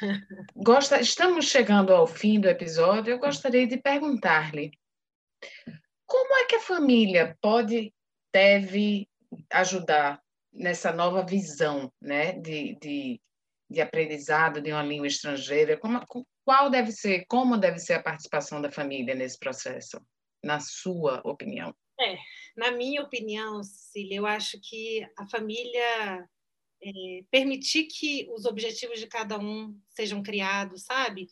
estamos chegando ao fim do episódio, eu gostaria de perguntar-lhe como é que a família deve ajudar nessa nova visão, né, de aprendizado de uma língua estrangeira? Como deve ser a participação da família nesse processo, na sua opinião? Na minha opinião, Cecília, eu acho que a família permitir que os objetivos de cada um sejam criados, sabe?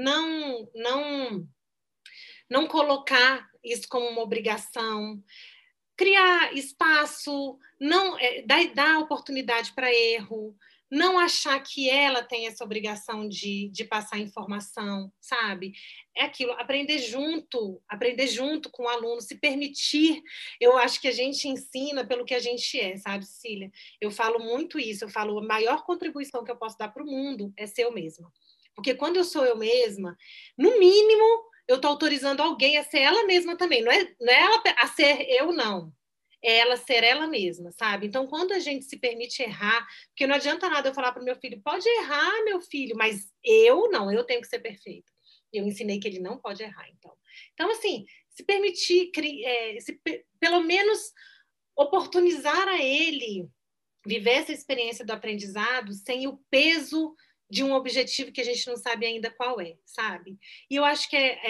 Não colocar isso como uma obrigação, criar espaço, não dar oportunidade para erro, não achar que ela tem essa obrigação de passar informação, sabe? É aquilo, aprender junto com o aluno, se permitir. Eu acho que a gente ensina pelo que a gente é, sabe, Cecília? Eu falo muito isso, eu falo, a maior contribuição que eu posso dar para o mundo é ser eu mesma. Porque quando eu sou eu mesma, no mínimo, eu estou autorizando alguém a ser ela mesma também. Não é ela a ser eu, não. É ela ser ela mesma, sabe? Então, quando a gente se permite errar, porque não adianta nada eu falar para o meu filho, pode errar, meu filho, mas eu não, eu tenho que ser perfeita. Eu ensinei que ele não pode errar, então. Então, assim, se permitir, pelo menos oportunizar a ele viver essa experiência do aprendizado sem o peso de um objetivo que a gente não sabe ainda qual é, sabe? E eu acho que é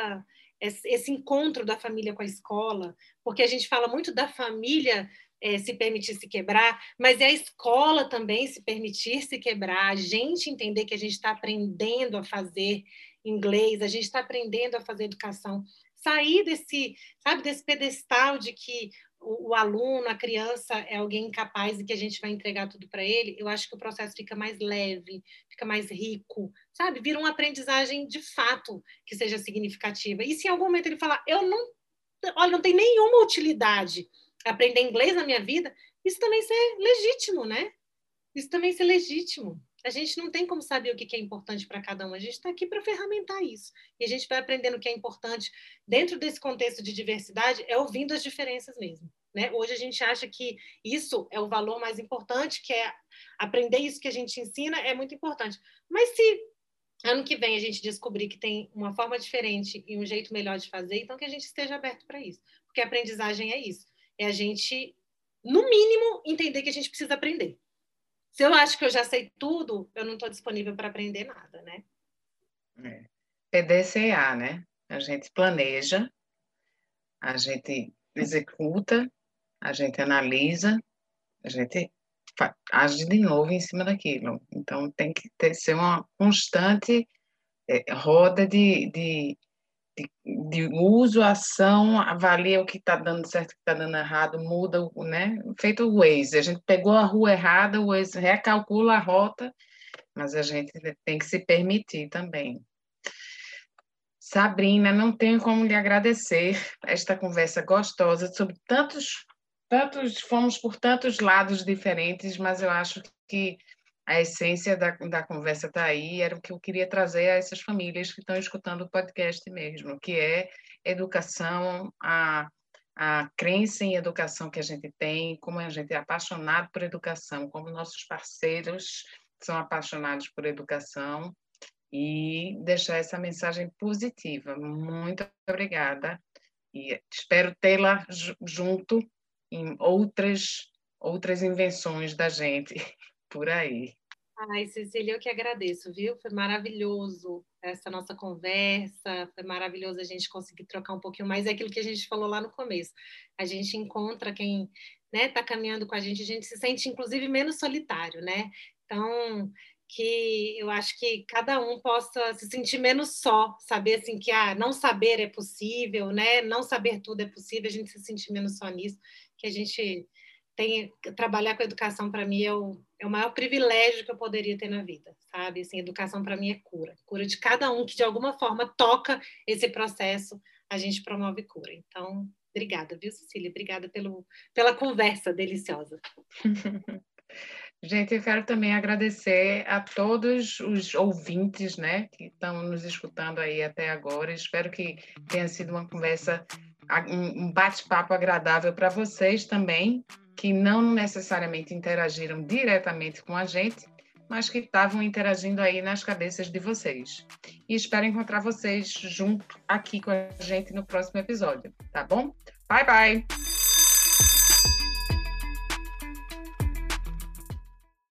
esse encontro da família com a escola, porque a gente fala muito da família se permitir se quebrar, mas é a escola também se permitir se quebrar, a gente entender que a gente está aprendendo a fazer inglês, a gente está aprendendo a fazer educação, sair desse pedestal de que o aluno, a criança é alguém incapaz e que a gente vai entregar tudo para ele, eu acho que o processo fica mais leve, fica mais rico, sabe? Vira uma aprendizagem de fato que seja significativa. E se em algum momento ele falar, olha, não tem nenhuma utilidade aprender inglês na minha vida, isso também ser legítimo, né? Isso também ser legítimo. A gente não tem como saber o que é importante para cada um. A gente está aqui para ferramentar isso. E a gente vai aprendendo o que é importante dentro desse contexto de diversidade, ouvindo as diferenças mesmo. Né? Hoje a gente acha que isso é o valor mais importante, que é aprender isso que a gente ensina é muito importante. Mas se ano que vem a gente descobrir que tem uma forma diferente e um jeito melhor de fazer, então que a gente esteja aberto para isso. Porque a aprendizagem é isso. É a gente, no mínimo, entender que a gente precisa aprender. Se eu acho que eu já sei tudo, eu não estou disponível para aprender nada, né? PDCA, né? A gente planeja, a gente executa, a gente analisa, a gente age de novo em cima daquilo. Então, tem que ser uma constante roda de uso, ação, avalia o que está dando certo, o que está dando errado, muda, né? Feito o Waze. A gente pegou a rua errada, o Waze recalcula a rota, mas a gente tem que se permitir também. Sabrina, não tenho como lhe agradecer esta conversa gostosa sobre tantos fomos por tantos lados diferentes, mas eu acho que a essência da conversa está aí, era o que eu queria trazer a essas famílias que estão escutando o podcast mesmo, que é educação, a crença em educação que a gente tem, como a gente é apaixonado por educação, como nossos parceiros são apaixonados por educação, e deixar essa mensagem positiva. Muito obrigada, e espero tê-la junto em outras invenções da gente por aí. Ai, Cecília, eu que agradeço, viu? Foi maravilhoso essa nossa conversa, foi maravilhoso a gente conseguir trocar um pouquinho mais. É aquilo que a gente falou lá no começo. A gente encontra quem, né, tá caminhando com a gente se sente, inclusive, menos solitário, né? Então, que eu acho que cada um possa se sentir menos só, saber assim que não saber é possível, né? Não saber tudo é possível, a gente se sentir menos só nisso, que a gente trabalhar com educação para mim é o maior privilégio que eu poderia ter na vida, sabe? Assim, educação para mim é cura de cada um que de alguma forma toca esse processo, a gente promove cura. Então, obrigada, viu, Cecília? Obrigada pela conversa deliciosa. Gente, eu quero também agradecer a todos os ouvintes, né, que estão nos escutando aí até agora. Espero que tenha sido uma conversa, um bate-papo agradável para vocês também, que não necessariamente interagiram diretamente com a gente, mas que estavam interagindo aí nas cabeças de vocês. E espero encontrar vocês junto aqui com a gente no próximo episódio, tá bom? Bye, bye!